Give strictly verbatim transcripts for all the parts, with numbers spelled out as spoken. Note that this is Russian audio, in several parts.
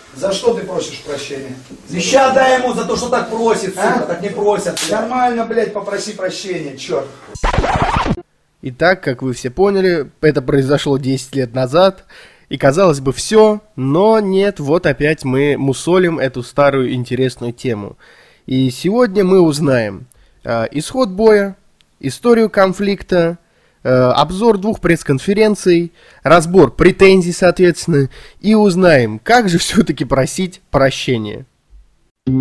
За что ты просишь прощения? Леща дай ему за то, что так просит, сука, А? так не просят. блядь. Нормально, блядь, попроси прощения, черт. Итак, как вы все поняли, это произошло десять лет назад, и казалось бы все, но нет, вот опять мы мусолим эту старую интересную тему. И сегодня мы узнаем э, исход боя, историю конфликта, э, обзор двух пресс-конференций, разбор претензий, соответственно, и узнаем, как же все-таки просить прощения о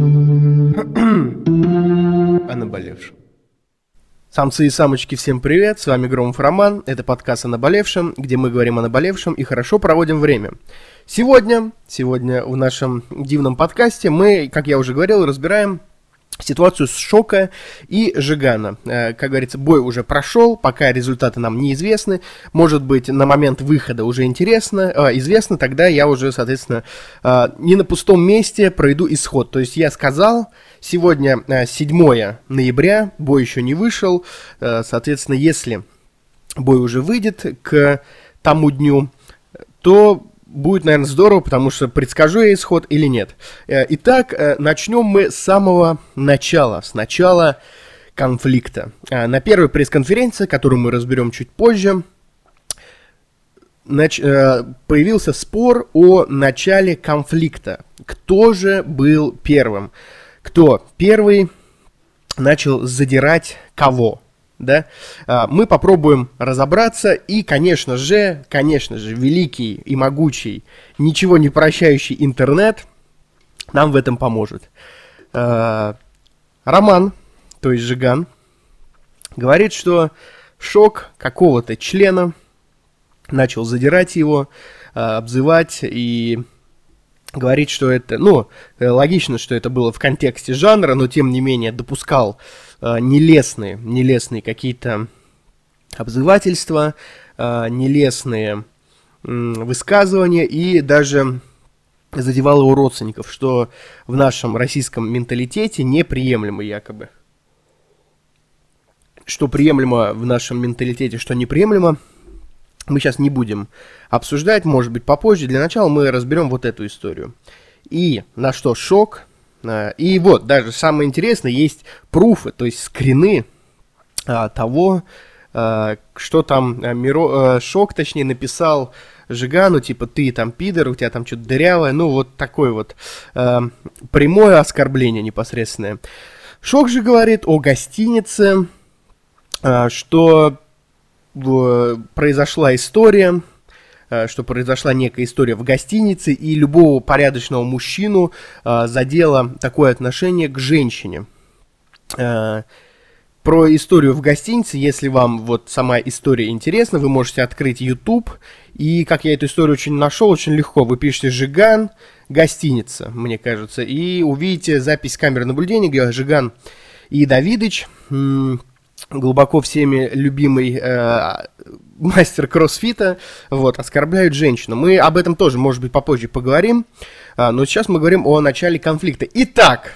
наболевшем. Самцы и самочки, всем привет, с вами Громов Роман, это подкаст о наболевшем, где мы говорим о наболевшем и хорошо проводим время. Сегодня, сегодня в нашем дивном подкасте мы, как я уже говорил, разбираем ситуацию с Шока и Жигана. Как говорится, бой уже прошел, пока результаты нам неизвестны. Может быть, на момент выхода уже интересно, э, известно, тогда я уже, соответственно, э, не на пустом месте пройду исход. То есть я сказал, сегодня э, седьмое ноября, бой еще не вышел. Э, соответственно, если бой уже выйдет к тому дню, то будет, наверное, здорово, потому что предскажу я исход или нет. Итак, начнем мы с самого начала, с начала конфликта. На первой пресс-конференции, которую мы разберем чуть позже, нач... появился спор о начале конфликта. Кто же был первым? Кто первый начал задирать кого? Да? Мы попробуем разобраться, и, конечно же, конечно же, великий и могучий, ничего не прощающий интернет нам в этом поможет. Роман, то есть Жиган, говорит, что Шок какого-то члена начал задирать его, обзывать и говорит, что это, ну, логично, что это было в контексте жанра, но тем не менее допускал э, нелестные, нелестные какие-то обзывательства, э, нелестные э, высказывания и даже задевал его родственников, что в нашем российском менталитете неприемлемо якобы. Что приемлемо в нашем менталитете, что неприемлемо, мы сейчас не будем обсуждать, может быть, попозже. Для начала мы разберем вот эту историю. И на что Шок. И вот, даже самое интересное, есть пруфы, то есть скрины а, того, а, что там а, Миро, а, Шок, точнее, написал Жигану, типа, ты там пидор, у тебя там что-то дырявое. Ну, вот такое вот а, прямое оскорбление непосредственное. Шок же говорит о гостинице, а, что произошла история, что произошла некая история в гостинице, и любого порядочного мужчину задело такое отношение к женщине. Про историю в гостинице, если вам вот сама история интересна, вы можете открыть YouTube, и как я эту историю очень нашел, очень легко, вы пишете «Жиган, гостиница», мне кажется, и увидите запись камеры наблюдения, где Жиган и Давидыч, глубоко всеми любимый э, мастер кроссфита, вот, оскорбляют женщину. Мы об этом тоже, может быть, попозже поговорим, а, но сейчас мы говорим о начале конфликта. Итак,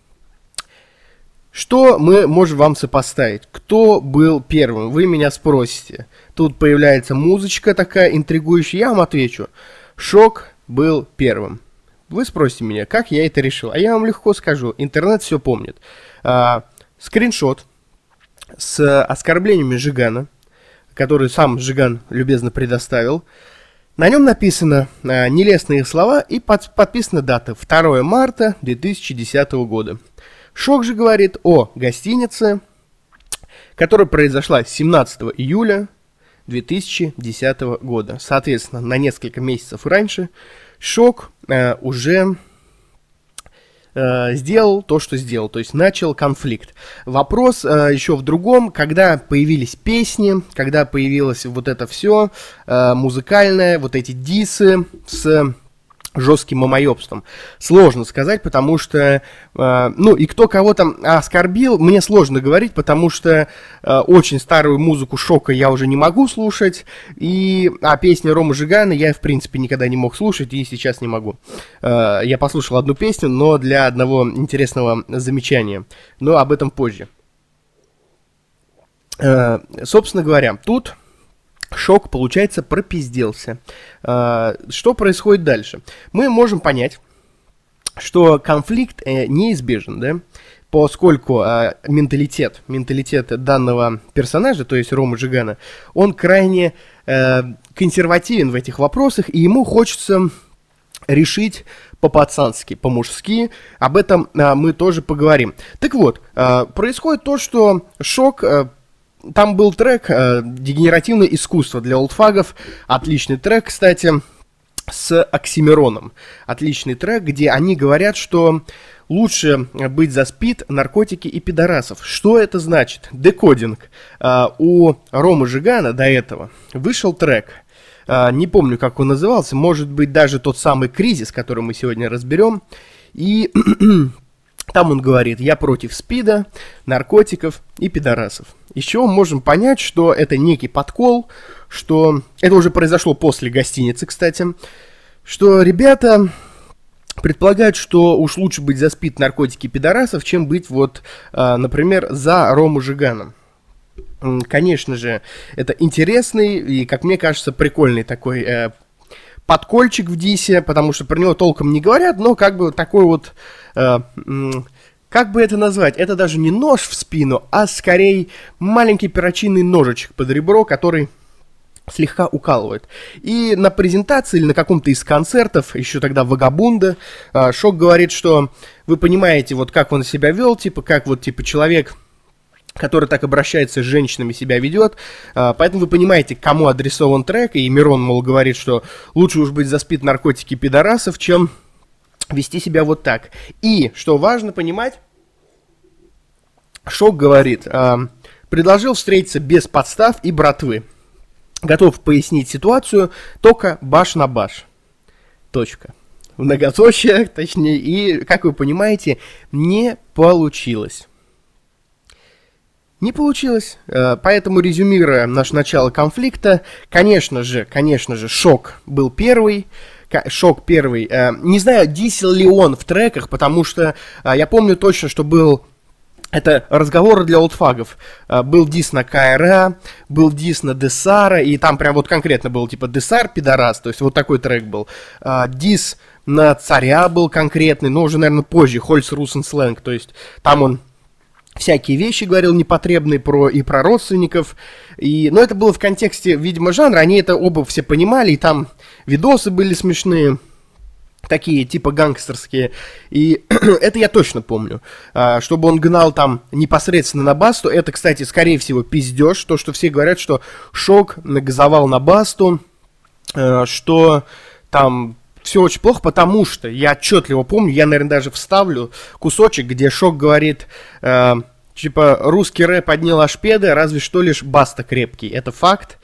что мы можем вам сопоставить? Кто был первым? Вы меня спросите. Тут появляется музычка такая интригующая, я вам отвечу. Шок был первым. Вы спросите меня, как я это решил? А я вам легко скажу, интернет все помнит. А, скриншот с оскорблениями Жигана, который сам Жиган любезно предоставил. На нем написано а, нелестные слова и под, подписана дата второе марта две тысячи десятого года. Шок же говорит о гостинице, которая произошла семнадцатого июля две тысячи десятого года. Соответственно, на несколько месяцев раньше Шок а, уже сделал то, что сделал, то есть начал конфликт. Вопрос э, еще в другом, когда появились песни, когда появилось вот это все э, музыкальное, вот эти дисы с жестким мамоебством. Сложно сказать, потому что, э, ну, и кто кого там оскорбил, мне сложно говорить, потому что э, очень старую музыку Шока я уже не могу слушать, и, а песни Ромы Жигана я, в принципе, никогда не мог слушать, и сейчас не могу. Э, я послушал одну песню, но для одного интересного замечания, но об этом позже. Э, собственно говоря, тут Шок, получается, пропизделся. А, что происходит дальше? Мы можем понять, что конфликт э, неизбежен, да? Поскольку э, менталитет, менталитет данного персонажа, то есть Ромы Жигана, он крайне э, консервативен в этих вопросах, и ему хочется решить по-пацански, по-мужски. Об этом э, мы тоже поговорим. Так вот, э, происходит то, что Шок... Э, там был трек э, «Дегенеративное искусство» для олдфагов. Отличный трек, кстати, с Оксимироном. Отличный трек, где они говорят, что лучше быть за спид, наркотики и пидорасов. Что это значит? Декодинг. Uh, у Ромы Жигана до этого вышел трек. Uh, не помню, как он назывался. Может быть, даже тот самый «Кризис», который мы сегодня разберем. И там он говорит: «Я против спида, наркотиков и пидорасов». Из чего мы можем понять, что это некий подкол, что это уже произошло после гостиницы, кстати, что ребята предполагают, что уж лучше быть за спид, наркотики, пидорасов, чем быть, вот, э, например, за Рому Жиганом. Конечно же, это интересный и, как мне кажется, прикольный такой э, подкольчик в дисе, потому что про него толком не говорят, но как бы такой вот... Э, э, Как бы это назвать? Это даже не нож в спину, а скорее маленький перочинный ножичек под ребро, который слегка укалывает. И на презентации или на каком-то из концертов, еще тогда Вагабунда, Шок говорит, что вы понимаете, вот как он себя вел, типа, как вот, типа, человек, который так обращается с женщинами, себя ведет, поэтому вы понимаете, к кому адресован трек, и Мирон, мол, говорит, что лучше уж быть за спид, наркотики, пидорасов, чем... вести себя вот так. И, что важно понимать, Шок говорит, э, предложил встретиться без подстав и братвы. Готов пояснить ситуацию, только баш на баш. Точка. Многоточие, точнее, и, как вы понимаете, не получилось. Не получилось. Э, поэтому, резюмируя наше начало конфликта, конечно же, конечно же, Шок был первый. Шок первый. Э, не знаю, дисел ли он в треках, потому что э, я помню точно, что был... Это разговоры для олдфагов. Э, был дис на КРА, был дис на Десара, и там прям вот конкретно был типа Десар, пидорас, то есть вот такой трек был. Э, дис на Царя был конкретный, но уже, наверное, позже, Хольц Русен Сленг, то есть там он всякие вещи говорил непотребные про, и про родственников. И, но это было в контексте, видимо, жанра. Они это оба все понимали. И там видосы были смешные. Такие, типа гангстерские. И это я точно помню. А, чтобы он гнал там непосредственно на Басту. Это, кстати, скорее всего, пиздеж. То, что все говорят, что Шок нагазовал на Басту. А, что там... Все очень плохо, потому что я отчетливо помню, я, наверное, даже вставлю кусочек, где Шок говорит, э, типа, русский рэп одни лашпеды, разве что лишь Баста крепкий. Это факт.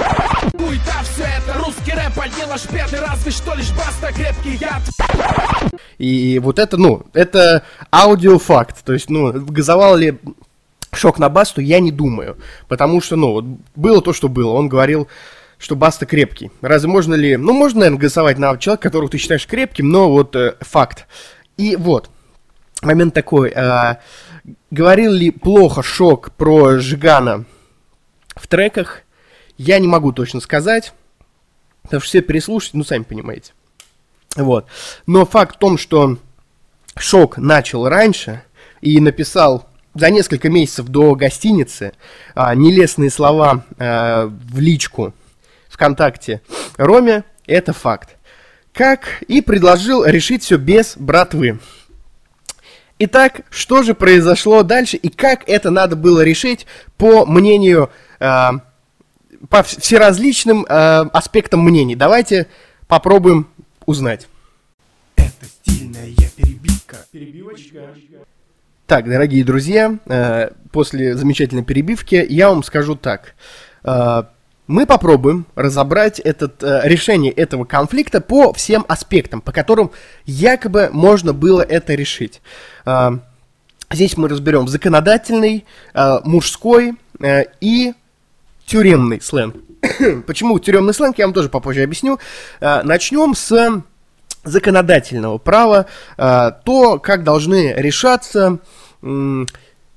И вот это, ну, это аудиофакт. То есть, ну, газовал ли Шок на Басту, я не думаю. Потому что, ну, вот было то, что было. Он говорил... что Баста крепкий. Разве можно ли... Ну, можно, наверное, голосовать на человека, которого ты считаешь крепким, но вот э, факт. И вот, момент такой. Э, говорил ли плохо Шок про Жигана в треках? Я не могу точно сказать. Потому что все переслушать, ну, сами понимаете. Вот. Но факт в том, что Шок начал раньше и написал... за несколько месяцев до гостиницы э, нелестные слова э, в личку ВКонтакте Роме, это факт. Как и предложил решить все без братвы. Итак, что же произошло дальше и как это надо было решить по мнению, э, по всеразличным э, аспектам мнений? Давайте попробуем узнать. Это стильная перебивка. Перебивочка. Так, дорогие друзья, э, после замечательной перебивки я вам скажу так. Э, Мы попробуем разобрать этот, э, решение этого конфликта по всем аспектам, по которым якобы можно было это решить. Э, здесь мы разберем законодательный, э, мужской э, и тюремный сленг. Почему тюремный сленг, я вам тоже попозже объясню. Э, начнем с законодательного права, э, то, как должны решаться... Э,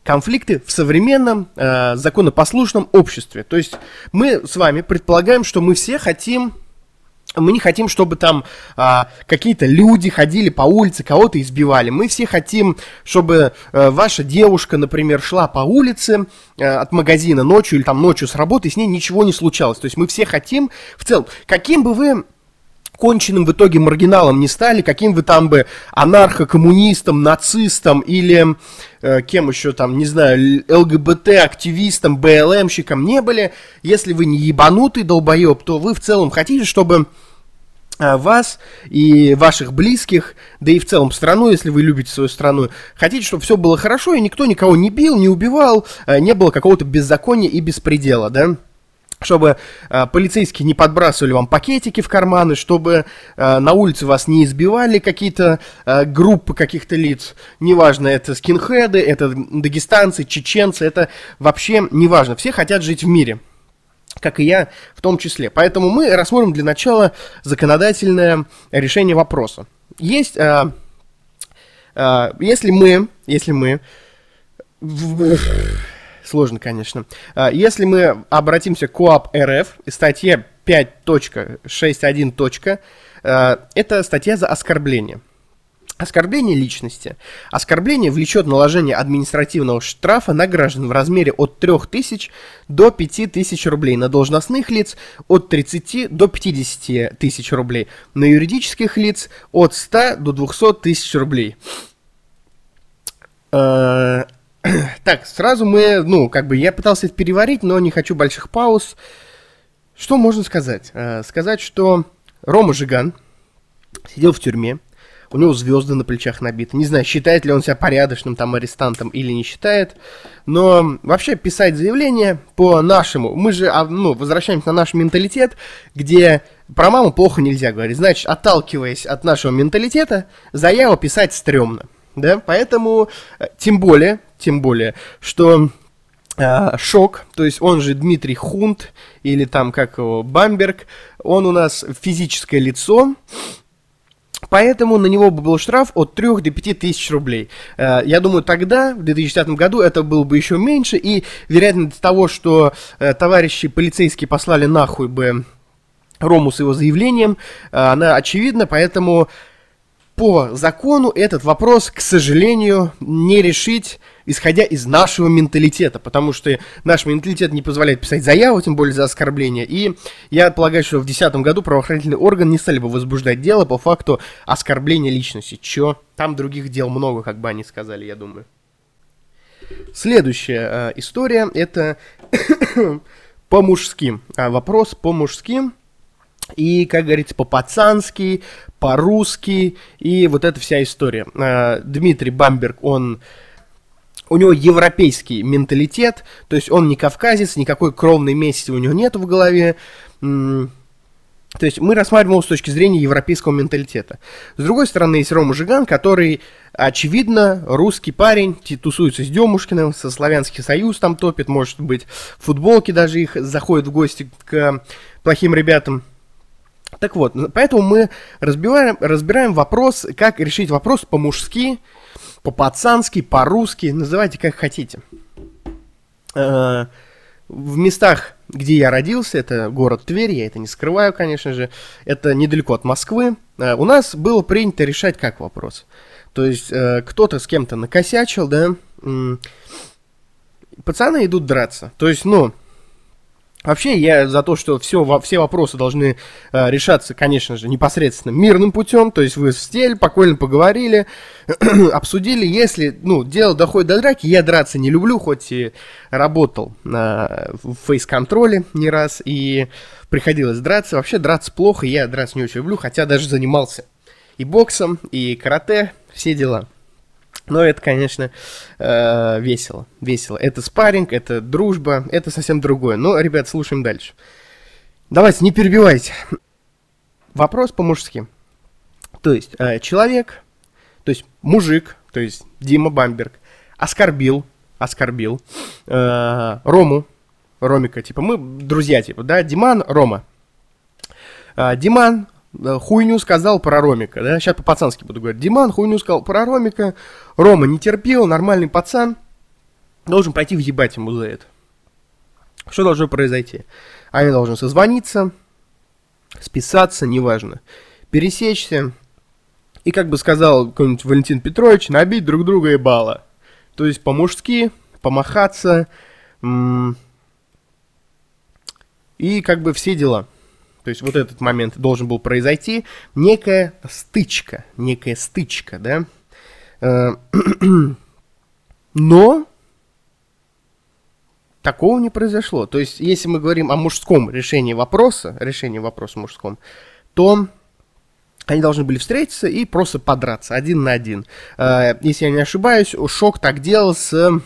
конфликты в современном э, законопослушном обществе. То есть мы с вами предполагаем, что мы все хотим... Мы не хотим, чтобы там а, какие-то люди ходили по улице, кого-то избивали. Мы все хотим, чтобы а, ваша девушка, например, шла по улице а, от магазина ночью или там ночью с работы, и с ней ничего не случалось. То есть мы все хотим, в целом, каким бы вы конченным в итоге маргиналом не стали, каким вы там бы анархо-коммунистом, нацистом или э, кем еще там, не знаю, ЛГБТ-активистом, БЛМщиком не были, если вы не ебанутый долбоеб, то вы в целом хотите, чтобы э, вас и ваших близких, да и в целом страну, если вы любите свою страну, хотите, чтобы все было хорошо, и никто никого не бил, не убивал, э, не было какого-то беззакония и беспредела, да? Чтобы э, полицейские не подбрасывали вам пакетики в карманы, чтобы э, на улице вас не избивали какие-то э, группы каких-то лиц. Неважно, это скинхеды, это дагестанцы, чеченцы, это вообще неважно. Все хотят жить в мире, как и я в том числе. Поэтому мы рассмотрим для начала законодательное решение вопроса. Есть, э, э, если мы, если мы... Сложно, конечно. Если мы обратимся к КоАП РФ, статья пять точка шесть один. Это статья за оскорбление. Оскорбление личности. Оскорбление влечет наложение административного штрафа на граждан в размере от трёх тысяч до пяти тысяч рублей, на должностных лиц от тридцати до пятидесяти тысяч рублей, на юридических лиц от ста до двухсот тысяч рублей. Так, сразу мы, ну, как бы я пытался это переварить, но не хочу больших пауз. Что можно сказать? Э, сказать, что Рома Жиган сидел в тюрьме, у него звезды на плечах набиты. Не знаю, считает ли он себя порядочным там арестантом или не считает. Но вообще писать заявление по нашему, мы же, ну, возвращаемся на наш менталитет, где про маму плохо нельзя говорить. Значит, отталкиваясь от нашего менталитета, заяву писать стрёмно. Да, поэтому, тем более, тем более, что э, Шок, то есть он же Дмитрий Хунт, или там как его, Бамберг, он у нас физическое лицо, поэтому на него бы был штраф от трёх до пяти тысяч рублей. Э, я думаю, тогда, в две тысячи десятом году, это было бы еще меньше, и вероятность того, что э, товарищи полицейские послали нахуй бы Рому с его заявлением, э, она очевидна, поэтому... По закону этот вопрос, к сожалению, не решить, исходя из нашего менталитета, потому что наш менталитет не позволяет писать заяву, тем более за оскорбление, и я полагаю, что в две тысячи десятом году правоохранительный орган не стали бы возбуждать дело по факту оскорбления личности. Чё? Там других дел много, как бы они сказали, я думаю. Следующая э, история, это по-мужски. А, вопрос по-мужски. И, как говорится, по-пацански, по-русски, и вот эта вся история. Дмитрий Бамберг, он, у него европейский менталитет, то есть он не кавказец, никакой кровной мести у него нет в голове. То есть мы рассматриваем его с точки зрения европейского менталитета. С другой стороны, есть Рома Жиган, который, очевидно, русский парень, тусуется с Демушкиным, со Славянский Союз там топит, может быть, в футболке даже их заходит в гости к плохим ребятам. Так вот, поэтому мы разбираем, разбираем вопрос, как решить вопрос по-мужски, по-пацански, по-русски, называйте как хотите. В местах, где я родился, это город Тверь, я это не скрываю, конечно же, это недалеко от Москвы, у нас было принято решать как вопрос. То есть кто-то с кем-то накосячил, да, пацаны идут драться. То есть, ну... Вообще, я за то, что все, все вопросы должны э, решаться, конечно же, непосредственно мирным путем, то есть вы сели, спокойно поговорили, обсудили, если, ну, дело доходит до драки, я драться не люблю, хоть и работал на, в фейс-контроле не раз, и приходилось драться, вообще драться плохо, я драться не очень люблю, хотя даже занимался и боксом, и карате, все дела. Но это, конечно, э, весело, весело. Это спарринг, это дружба, это совсем другое. Но, ребят, слушаем дальше. Давайте, не перебивайте. Вопрос по-мужски. То есть, э, человек, то есть мужик, то есть Дима Бамберг, оскорбил, оскорбил э, Рому, Ромика, типа, мы друзья, типа, да, Диман, Рома. Э, Диман... хуйню сказал про Ромика, да, сейчас по-пацански буду говорить. Диман хуйню сказал про Ромика, Рома не терпел, нормальный пацан, должен пойти въебать ему за это. Что должно произойти? Они должны созвониться, списаться, неважно, пересечься, и, как бы сказал какой-нибудь Валентин Петрович, набить друг друга ебало. То есть по-мужски, помахаться, м- и как бы все дела. То есть вот этот момент должен был произойти. Некая стычка, некая стычка, да. Но такого не произошло. То есть, если мы говорим о мужском решении вопроса, решении вопроса мужском, то они должны были встретиться и просто подраться один на один. Если я не ошибаюсь, Шок так делал с...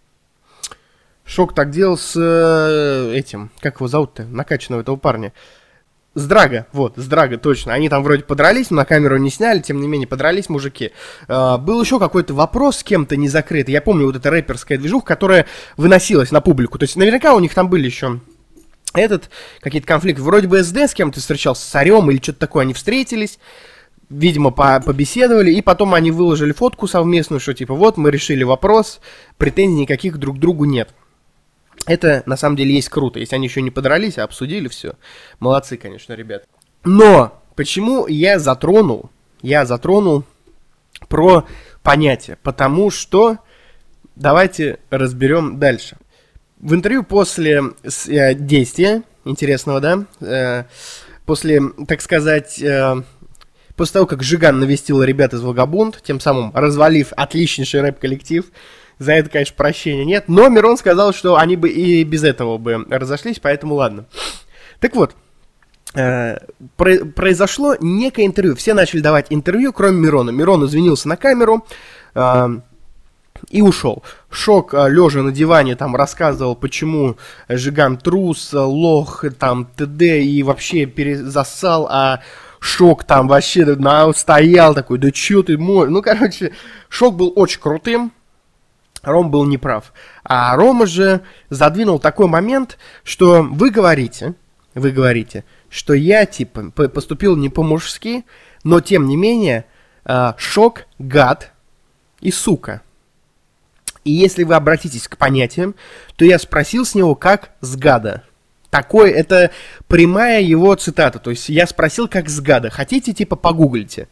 Шок так делал с этим... Как его зовут-то? Накачанного этого парня. С Драго, вот, с Драго, точно. Они там вроде подрались, но на камеру не сняли, тем не менее, подрались мужики. Uh, был еще какой-то вопрос с кем-то не закрытый. Я помню вот эта рэперская движуха, которая выносилась на публику. То есть наверняка у них там были еще этот, какие-то конфликты. Вроде бы СД с кем-то встречался, с Царем или что-то такое. Они встретились, видимо, по- побеседовали, и потом они выложили фотку совместную, что типа вот, мы решили вопрос, претензий никаких друг к другу нет. Это, на самом деле, есть круто. Если они еще не подрались, а обсудили все. Молодцы, конечно, ребят. Но почему я затронул, я затронул про понятие? Потому что давайте разберем дальше. В интервью после э, действия, интересного, да, э, после, так сказать, э, после того, как Жиган навестил ребят из Вагабунд, тем самым развалив отличнейший рэп-коллектив, за это, конечно, прощения нет. Но Мирон сказал, что они бы и без этого бы разошлись, поэтому ладно. Так вот, э, про- произошло некое интервью. Все начали давать интервью, кроме Мирона. Мирон извинился на камеру э, и ушел. Шок, э, лежа на диване, там рассказывал, почему Жиган трус, лох, там, т.д. и вообще перезассал, а Шок там вообще на, стоял такой, да чё ты мой... Ну, короче, Шок был очень крутым. Ром был неправ. А Рома же задвинул такой момент, что вы говорите, вы говорите, что я, типа, поступил не по-мужски, но, тем не менее, Шок гад и сука. И если вы обратитесь к понятиям, то я спросил с него, как с гада. Такой, это прямая его цитата. То есть я спросил, как с гада. Хотите, типа, погуглите.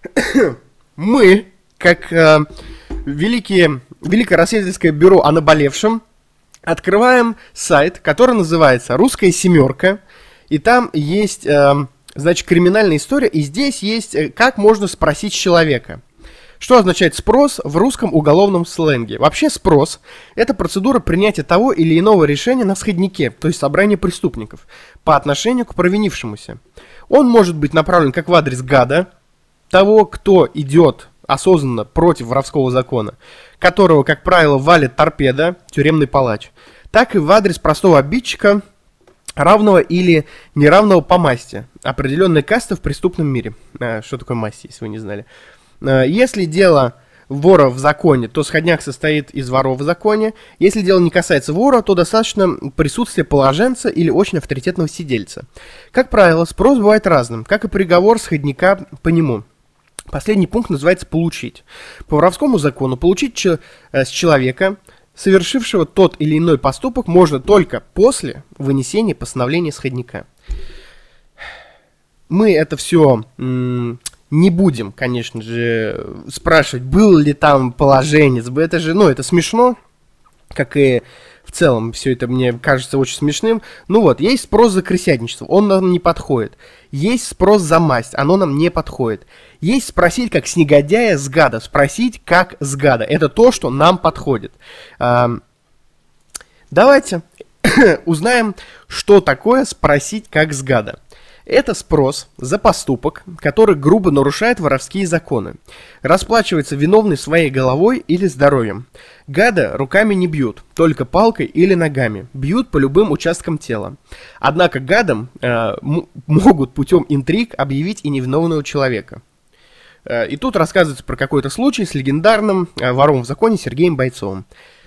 Мы, как э, великие... Великое расследовательское бюро о наболевшем, открываем сайт, который называется «Русская семерка», и там есть, э, значит, криминальная история, и здесь есть, э, как можно спросить человека. Что означает спрос в русском уголовном сленге? Вообще спрос – это процедура принятия того или иного решения на сходнике, то есть собрание преступников, по отношению к провинившемуся. Он может быть направлен как в адрес гада, того, кто идет осознанно против воровского закона, которого, как правило, валит торпеда, тюремный палач, так и в адрес простого обидчика, равного или неравного по масти, определенной касты в преступном мире. А, что такое масть, если вы не знали? А, если дело вора в законе, то сходняк состоит из воров в законе. Если дело не касается вора, то достаточно присутствия положенца или очень авторитетного сидельца. Как правило, спрос бывает разным, как и приговор сходняка по нему. Последний пункт называется «получить». По воровскому закону получить ч- с человека, совершившего тот или иной поступок, можно только после вынесения постановления сходняка. Мы это все м- не будем, конечно же, спрашивать, был ли там положенец. Это же, ну, это смешно, как и в целом все это мне кажется очень смешным. Ну вот, есть спрос за крысятничество, он нам не подходит. Есть спрос за масть, оно нам не подходит. Есть спросить, как с негодяя, с гада. Спросить, как с гада. Это то, что нам подходит. А, давайте узнаем, что такое спросить, как с гада. Это спрос за поступок, который грубо нарушает воровские законы. Расплачивается виновный своей головой или здоровьем. Гада руками не бьют, только палкой или ногами. Бьют по любым участкам тела. Однако гадам э, м- могут путем интриг объявить и невиновного человека. Э, и тут рассказывается про какой-то случай с легендарным э, вором в законе Сергеем Бойцовым.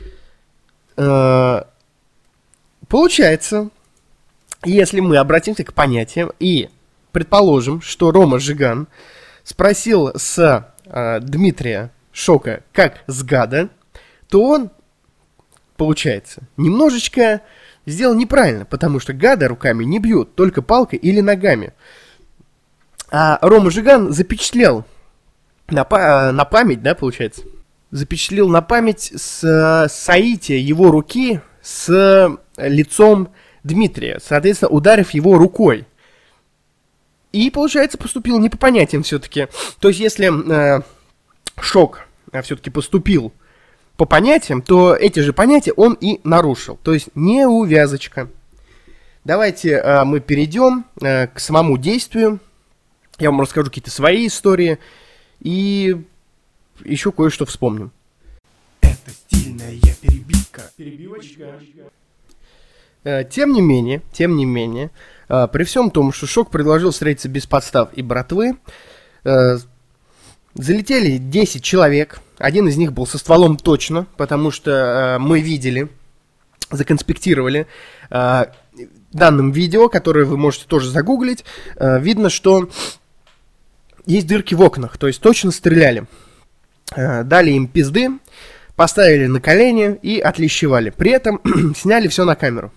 Э, получается... Если мы обратимся к понятиям и предположим, что Рома Жиган спросил с э, Дмитрия Шока, как с гада, то он получается, немножечко сделал неправильно, потому что гада руками не бьют, только палкой или ногами. А Рома Жиган запечатлел на, па- на память, да, получается, запечатлел на память с соитие его руки с лицом Дмитрия, соответственно, ударив его рукой. И, получается, поступил не по понятиям все-таки. То есть, если э, Шок э, все-таки поступил по понятиям, то эти же понятия он и нарушил. То есть, неувязочка. Давайте э, мы перейдем э, к самому действию. Я вам расскажу какие-то свои истории. И еще кое-что вспомним. Это стильная перебивка. Перебивочка. Э, Тем не менее, тем не менее, э, при всем том, что Шок предложил встретиться без подстав и братвы, э, залетели десять человек. Один из них был со стволом точно, потому что э, мы видели, законспектировали э, данным видео, которое вы можете тоже загуглить. Э, видно, что есть дырки в окнах, то есть точно стреляли. Э, дали им пизды, поставили на колени и отлещевали. При этом сняли все на камеру.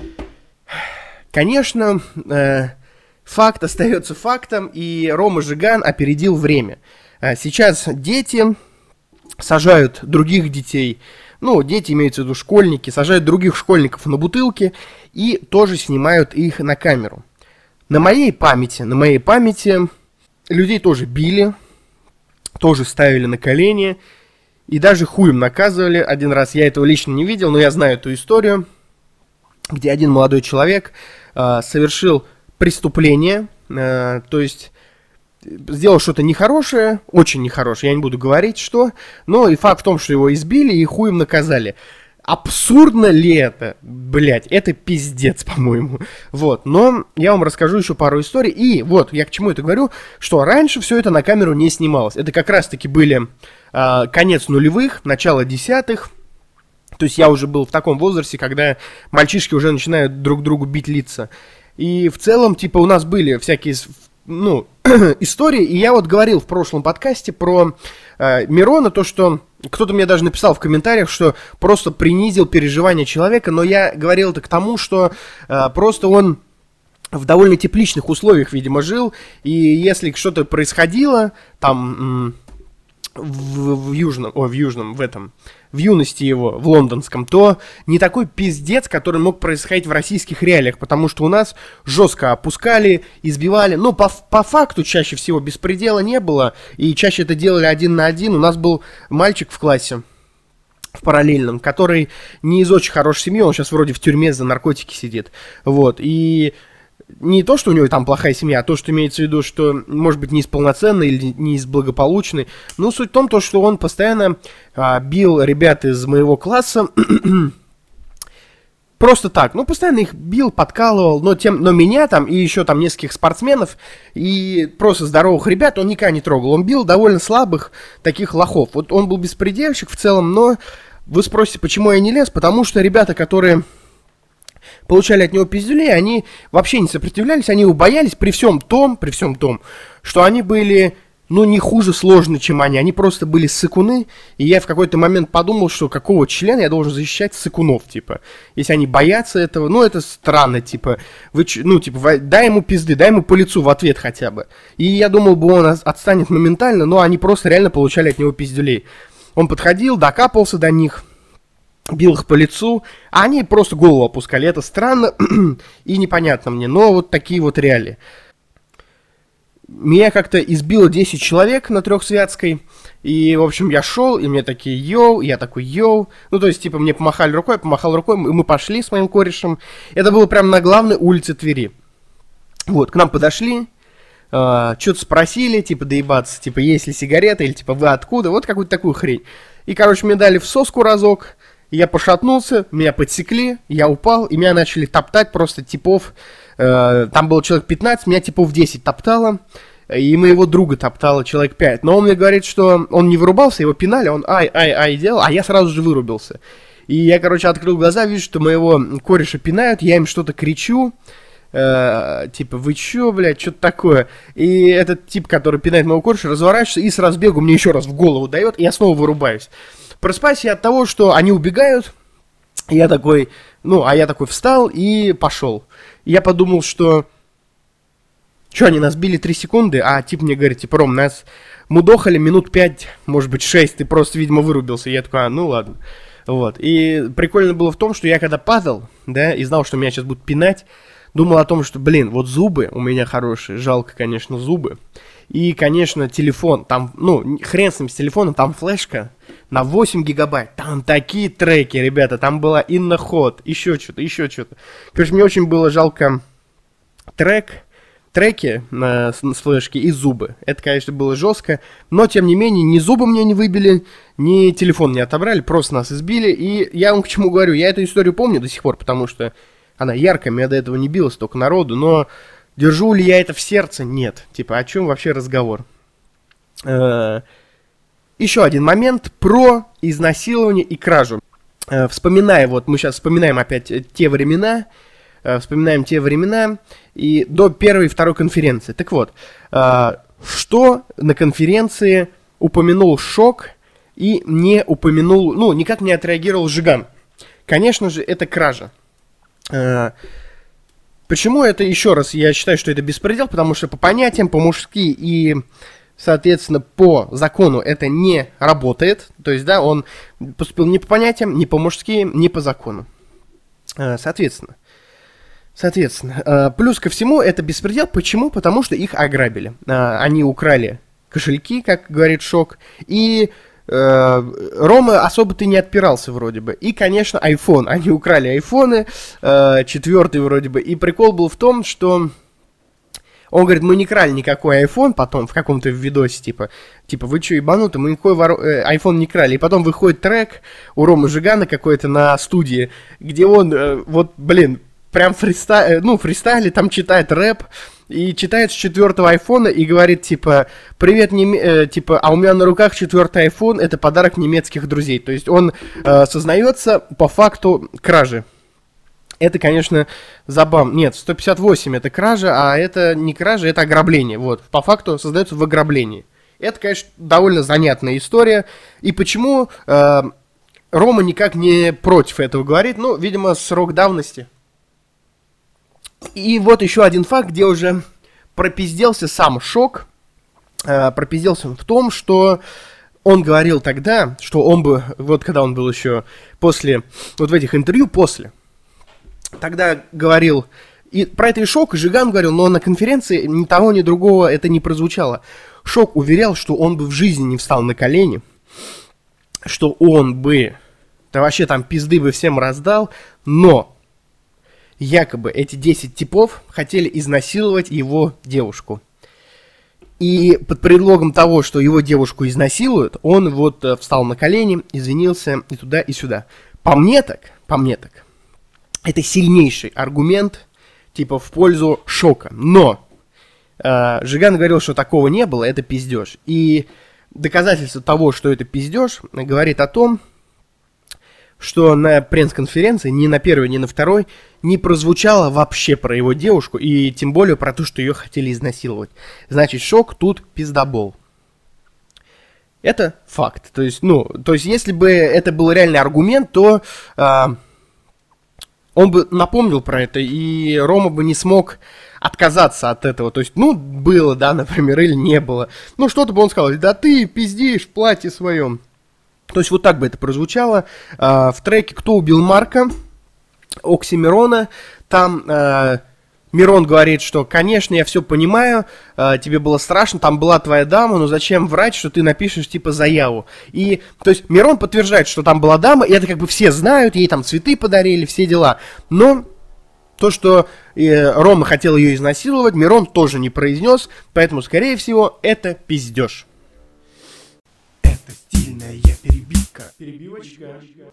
Конечно, э, факт остается фактом, и Рома Жиган опередил время. Э, сейчас дети сажают других детей, ну, дети имеются в виду школьники, сажают других школьников на бутылки и тоже снимают их на камеру. На моей памяти, на моей памяти людей тоже били, тоже ставили на колени и даже хуем наказывали. Один раз я этого лично не видел, но я знаю эту историю, где один молодой человек э, совершил преступление, э, то есть сделал что-то нехорошее, очень нехорошее, я не буду говорить, что, но и факт в том, что его избили и хуем наказали. Абсурдно ли это? Блять, это пиздец, по-моему. Вот, но я вам расскажу еще пару историй. И вот, я к чему это говорю, что раньше все это на камеру не снималось. Это как раз-таки были э, конец нулевых, начало десятых. То есть я уже был в таком возрасте, когда мальчишки уже начинают друг другу бить лица. И в целом, типа, у нас были всякие, ну, истории. И я вот говорил в прошлом подкасте про э, Мирона, то, что кто-то мне даже написал в комментариях, что просто принизил переживания человека. Но я говорил это к тому, что э, просто он в довольно тепличных условиях, видимо, жил. И если что-то происходило, там... В, в южном, ой, в южном, в этом, в юности его, в лондонском, то не такой пиздец, который мог происходить в российских реалиях, потому что у нас жестко опускали, избивали, но по, по факту чаще всего беспредела не было, и чаще это делали один на один. У нас был мальчик в классе, в параллельном, который не из очень хорошей семьи, он сейчас вроде в тюрьме за наркотики сидит, вот, и... Не то, что у него там плохая семья, а то, что имеется в виду, что, может быть, не из полноценной или не из благополучной. Но суть в том, то, что он постоянно а, бил ребят из моего класса просто так. Ну, постоянно их бил, подкалывал, но, тем, но меня там и еще там нескольких спортсменов и просто здоровых ребят он никогда не трогал. Он бил довольно слабых таких лохов. Вот он был беспредельщик в целом, но вы спросите, почему я не лез? Потому что ребята, которые... получали от него пиздюлей, они вообще не сопротивлялись, они его боялись при всем том, при всем том, что они были, ну, не хуже сложны, чем они, они просто были ссыкуны, и я в какой-то момент подумал, что какого члена я должен защищать ссыкунов, типа, если они боятся этого, ну, это странно, типа, вы, ну, типа, дай ему пизды, дай ему по лицу в ответ хотя бы, и я думал бы, он отстанет моментально, но они просто реально получали от него пиздюлей, он подходил, докапался до них, бил их по лицу, а они просто голову опускали. Это странно и непонятно мне, но вот такие вот реалии. Меня как-то избило десять человек на Трехсвятской, и, в общем, я шел, и мне такие йоу, я такой йоу. Ну, то есть, типа, мне помахали рукой, помахал рукой, и мы пошли с моим корешем. Это было прямо на главной улице Твери. Вот, к нам подошли, э, что-то спросили, типа, доебаться, типа, есть ли сигарета, или, типа, вы откуда, вот какую-то такую хрень. И, короче, мне дали в соску разок. Я пошатнулся, меня подсекли, я упал, и меня начали топтать просто типов. Э, там было человек пятнадцать, меня типов десять топтало, и моего друга топтало человек пять. Но он мне говорит, что он не вырубался, его пинали, он ай-ай-ай делал, а я сразу же вырубился. И я, короче, открыл глаза, вижу, что моего кореша пинают, я им что-то кричу. Э, типа, вы чё, блядь, что-то такое. И этот тип, который пинает моего кореша, разворачивается и с разбегу мне еще раз в голову дает, и я снова вырубаюсь. Просыпаюсь я от того, что они убегают, Я такой, ну, а я такой встал и пошел. Я подумал, что... Что, они нас били три секунды, а тип мне говорит, типа, Ром, нас мудохали минут пять, может быть, шесть, ты просто, видимо, вырубился. Я такой, а, ну ладно. Вот. И прикольно было в том, что я когда падал, да, и знал, что меня сейчас будут пинать, думал о том, что, блин, вот зубы у меня хорошие, жалко, конечно, зубы. И, конечно, телефон, там, ну, хрен с ним с телефоном, там флешка на восемь гигабайт, там такие треки, ребята, там была инноход, еще что-то, еще что-то. Короче, мне очень было жалко трек, треки на, с, с флешки и зубы. Это, конечно, было жестко, но, тем не менее, ни зубы мне не выбили, ни телефон не отобрали, просто нас избили. И я вам к чему говорю, я эту историю помню до сих пор, потому что она яркая, меня до этого не било столько народу, но держу ли я это в сердце? Нет. Типа, о чем вообще разговор? Э-э- еще один момент про изнасилование и кражу. Э- вспоминая, вот мы сейчас вспоминаем опять те времена, Вспоминаем те времена и до первой и второй конференции. Так вот, э, что на конференции упомянул Шок и не упомянул, ну, никак не отреагировал Жиган? Конечно же, это кража. Э, почему это, еще раз, я считаю, что это беспредел, потому что по понятиям, по-мужски и, соответственно, по закону это не работает. То есть, да, он поступил не по понятиям, не по-мужски, не по закону. Э, соответственно. Соответственно, э, плюс ко всему, это беспредел. Почему? Потому что их ограбили. Э, они украли кошельки, как говорит Шок, и э, Рома особо-то не отпирался вроде бы. И, конечно, iPhone. Они украли айфоны, э, четвертый вроде бы. И прикол был в том, что он говорит, мы не крали никакой iPhone, потом в каком-то видосе, типа, типа, вы что, ебануты, мы никакой воро... э, iPhone не крали. И потом выходит трек у Ромы Жигана какой-то на студии, где он, э, вот, блин, прям фристайл, ну, фристайле, там читает рэп, и читает с четвертого айфона и говорит, типа, привет, нем... э, типа, а у меня на руках четвертый айфон, это подарок немецких друзей. То есть он э, сознается по факту кражи. Это, конечно, забавно. Нет, сто пятьдесят восемь это кража, а это не кража, это ограбление. Вот, по факту создается в ограблении. Это, конечно, довольно занятная история. И почему э, Рома никак не против этого говорит? Ну, видимо, срок давности. И вот еще один факт, где уже пропизделся сам Шок. Э, пропизделся он в том, что он говорил тогда, что он бы, вот когда он был еще после, вот в этих интервью, после, тогда говорил, и про это и Шок, и Жиган говорил, но на конференции ни того, ни другого это не прозвучало. Шок уверял, что он бы в жизни не встал на колени, что он бы, да вообще там пизды бы всем раздал, но якобы эти десять типов хотели изнасиловать его девушку. И под предлогом того, что его девушку изнасилуют, он вот э, встал на колени, извинился и туда, и сюда. По мне так, по мне так, это сильнейший аргумент, типа, в пользу Шока. Но э, Жиган говорил, что такого не было, это пиздеж. И доказательство того, что это пиздеж, говорит о том, что на пресс-конференции ни на первой, ни на второй не прозвучало вообще про его девушку, и тем более про то, что ее хотели изнасиловать. Значит, Шок тут пиздобол. Это факт. То есть, ну, то есть, если бы это был реальный аргумент, то э, он бы напомнил про это, и Рома бы не смог отказаться от этого. То есть, ну, было, да, например, или не было. Ну, что-то бы он сказал, да ты пиздишь в платье своем. То есть вот так бы это прозвучало. А, в треке «Кто убил Марка» Оксимирона, там а, Мирон говорит, что, конечно, я все понимаю, а, тебе было страшно, там была твоя дама, но зачем врать, что ты напишешь, типа, заяву. И, то есть, Мирон подтверждает, что там была дама, и это как бы все знают, ей там цветы подарили, все дела. Но то, что э, Рома хотел ее изнасиловать, Мирон тоже не произнес, поэтому, скорее всего, это пиздеж. Стильная перебивка. Перебивочка.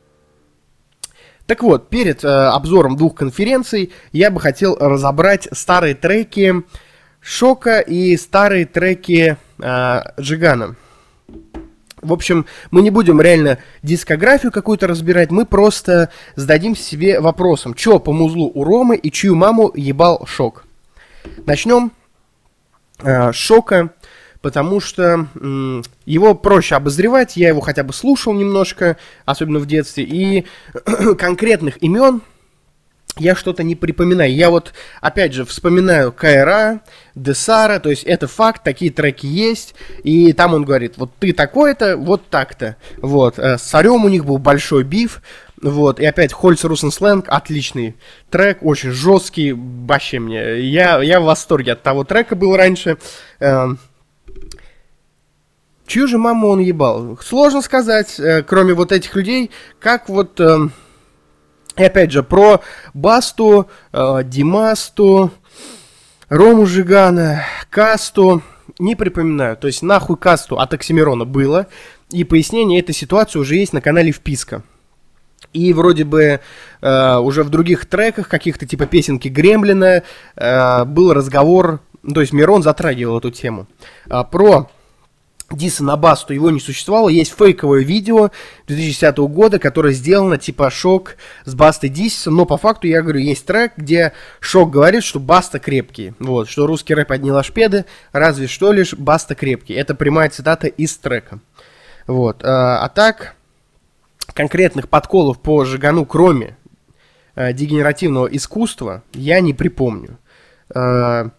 Так вот, перед э, обзором двух конференций я бы хотел разобрать старые треки Шока и старые треки э, Жигана. В общем, мы не будем реально дискографию какую-то разбирать, мы просто зададим себе вопросом, чё по музлу у Ромы и чью маму ебал Шок. Начнем э, с Шока, потому что м, его проще обозревать, я его хотя бы слушал немножко, особенно в детстве, и конкретных имен я что-то не припоминаю. Я вот, опять же, вспоминаю Кайра, Десара, то есть это факт, такие треки есть, и там он говорит, вот ты такой-то, вот так-то. Вот, с Царем у них был большой биф, вот, и опять Хольц Русен Сленг, отличный трек, очень жесткий, вообще мне, я, я в восторге от того трека был раньше. Чью же маму он ебал? Сложно сказать, кроме вот этих людей, как вот... И опять же, про Басту, э, Димасту, Рому Жигана, Касту не припоминаю. То есть нахуй Касту от Оксимирона было. И пояснение этой ситуации уже есть на канале Вписка. И вроде бы э, уже в других треках, каких-то типа песенки Гремлина, э, был разговор, то есть Мирон затрагивал эту тему. Э, про... Диса на Басту, его не существовало. Есть фейковое видео две тысячи десятого года, которое сделано типа Шок с Бастой Дисисом. Но по факту, я говорю, есть трек, где Шок говорит, что Баста крепкий. Вот, что русский рэп одни лашпеды, разве что лишь Баста крепкий. Это прямая цитата из трека. Вот, а, а так, конкретных подколов по Жигану, кроме а, дегенеративного искусства, я не припомню. А,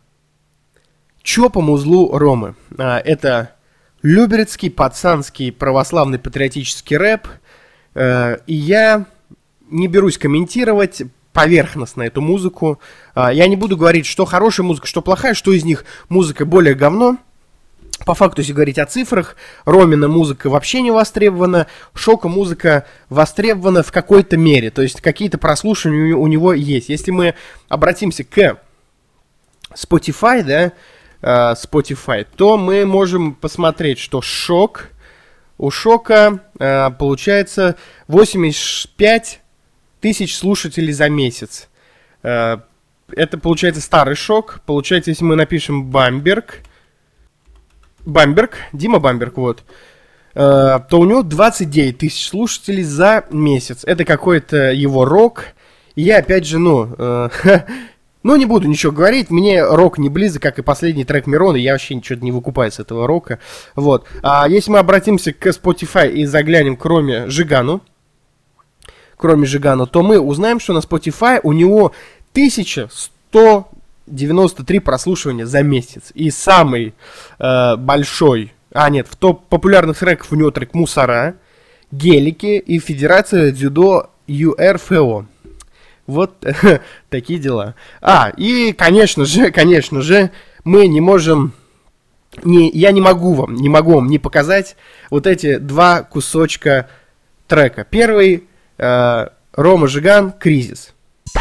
чё по музлу Ромы? А, это... Люберецкий, пацанский, православный патриотический рэп. Э, и я не берусь комментировать поверхностно эту музыку. Э, я не буду говорить, что хорошая музыка, что плохая, что из них музыка более говно. По факту, если говорить о цифрах, Ромина музыка вообще не востребована, Шока музыка востребована в какой-то мере. То есть какие-то прослушивания у него есть. Если мы обратимся к Spotify, да, Spotify, то мы можем посмотреть, что Шок, у Шока э, получается восемьдесят пять тысяч слушателей за месяц. Э, это получается старый Шок. Получается, если мы напишем Бамберг, Бамберг, Дима Бамберг, вот, э, то у него двадцать девять тысяч слушателей за месяц. Это какой-то его рок. И я опять же, ну... Э, Ну, не буду ничего говорить, мне рок не близок, как и последний трек Мирона, я вообще ничего не выкупаю с этого рока. Вот. А если мы обратимся к Spotify и заглянем кроме Жигану, кроме Жигану, то мы узнаем, что на Spotify у него тысяча сто девяносто три прослушивания за месяц. И самый э, большой, а нет, в топ популярных треков у него трек «Мусора», «Гелики» и «Федерация дзюдо ю эр эф о». Вот такие дела. А, и, конечно же, конечно же, мы не можем... Не, я не могу вам, не могу вам не показать вот эти два кусочка трека. Первый, э, Рома Жиган, «Кризис».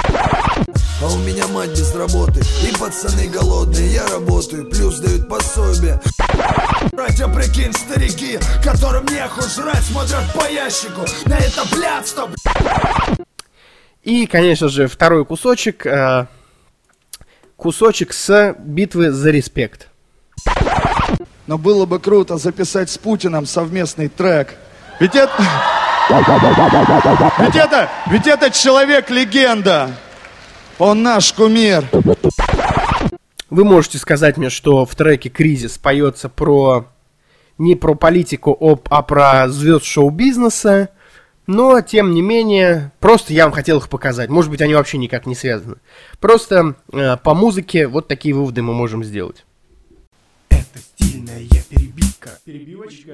А у меня мать без работы, и пацаны голодные, я работаю, плюс дают пособие. Братья, прикинь, старики, которым нехуй жрать, смотрят по ящику на это блядство. И, конечно же, второй кусочек, э, кусочек с битвы за респект. Но было бы круто записать с Путиным совместный трек. Ведь это... Ведь это... Ведь это человек-легенда. Он наш кумир. Вы можете сказать мне, что в треке «Кризис» поется про... не про политику, а про звезд шоу-бизнеса. Но, тем не менее, просто я вам хотел их показать. Может быть, они вообще никак не связаны. Просто э, по музыке вот такие выводы мы можем сделать. Это стильная перебивка. Перебивочка.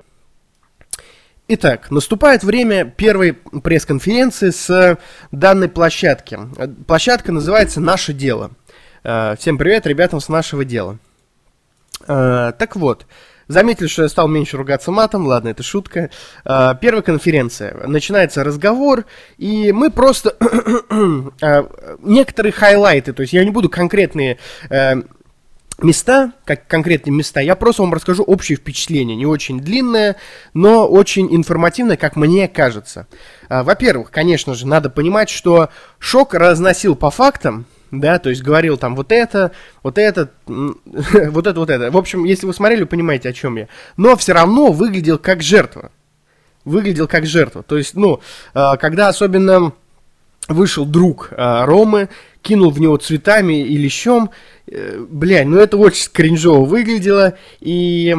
Итак, наступает время первой пресс-конференции с данной площадки. Площадка называется «Наше дело». Э, всем привет, ребятам с нашего дела. Э, так вот. Заметили, что я стал меньше ругаться матом, ладно, это шутка. Первая конференция. Начинается разговор, и мы просто... некоторые хайлайты, то есть я не буду конкретные места, как конкретные места, я просто вам расскажу общее впечатление. Не очень длинное, но очень информативное, как мне кажется. Во-первых, конечно же, надо понимать, что Шок разносил по фактам, да, то есть говорил там вот это, вот это, вот это, вот это. В общем, если вы смотрели, вы понимаете, о чем я. Но все равно выглядел как жертва. Выглядел как жертва. То есть, ну, когда особенно вышел друг Ромы, кинул в него цветами и лещом. Э, бля, ну это очень кринжово выглядело. И